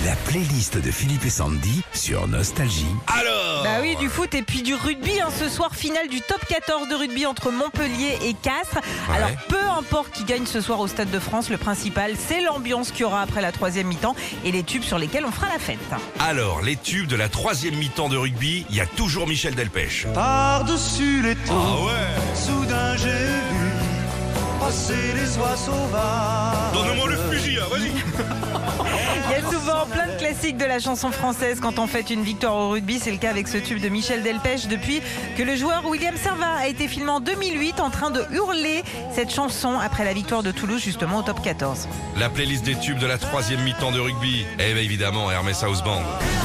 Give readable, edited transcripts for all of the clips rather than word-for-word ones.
La playlist de Philippe et Sandy sur Nostalgie. Alors Bah oui, du foot et puis du rugby. Ce soir, finale du top 14 de rugby entre Montpellier et Castres. Ouais. Alors, peu importe qui gagne ce soir au Stade de France, le principal, c'est l'ambiance qu'il y aura après la troisième mi-temps et les tubes sur lesquels on fera la fête. Alors, les tubes de la troisième mi-temps de rugby, il y a toujours Michel Delpech. Par-dessus les taux, Ah ouais. soudain j'ai vu passer les oies sauvages. Donne-moi le fusil, hein, vas-y. Il y a souvent plein de classiques de la chanson française quand on fête une victoire au rugby. C'est le cas avec ce tube de Michel Delpech depuis que le joueur William Servat a été filmé en 2008 en train de hurler cette chanson après la victoire de Toulouse justement au top 14. La playlist des tubes de la troisième mi-temps de rugby. Eh bien évidemment, Hermès House Band.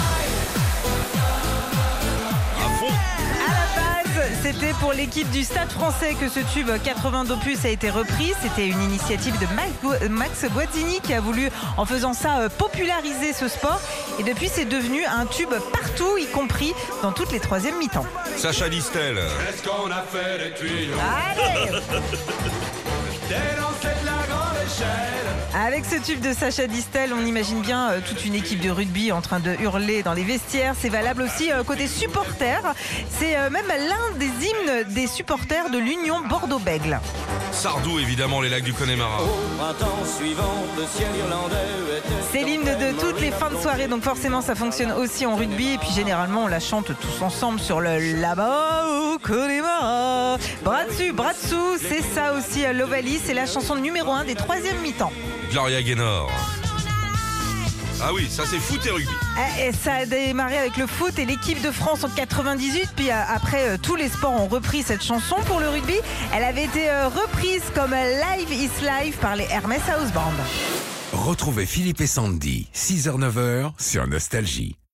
À fond. C'était pour l'équipe du Stade français que ce tube 82 plus a été repris. C'était une initiative de Max Guazzini qui a voulu, en faisant ça, populariser ce sport. Et depuis, c'est devenu un tube partout, y compris dans toutes les troisièmes mi-temps. Sacha Distel. Est-ce qu'on a fait des tuyaux Allez! Des lancettes de la grande échelle? Avec ce tube de Sacha Distel, on imagine bien toute une équipe de rugby en train de hurler dans les vestiaires. C'est valable aussi côté supporters. C'est même l'un des hymnes des supporters de l'Union Bordeaux-Bègles. Sardou, évidemment, les lacs du Connemara. Au printemps suivant, le ciel irlandais était... C'est l'hymne de toutes les fins de soirée, donc forcément ça fonctionne aussi en rugby. Et puis généralement on la chante tous ensemble sur le là-bas au Connemara. Bras dessus, bras dessous, c'est ça aussi l'Ovalie. C'est la chanson numéro 1 des troisièmes mi-temps. Gloria Gaynor. Ah oui, ça c'est foot et rugby. Et ça a démarré avec le foot et l'équipe de France en 98. Puis après, tous les sports ont repris cette chanson. Pour le rugby, elle avait été reprise comme Live is Life par les Hermès House Band. Retrouvez Philippe et Sandy, 6h-9h sur Nostalgie.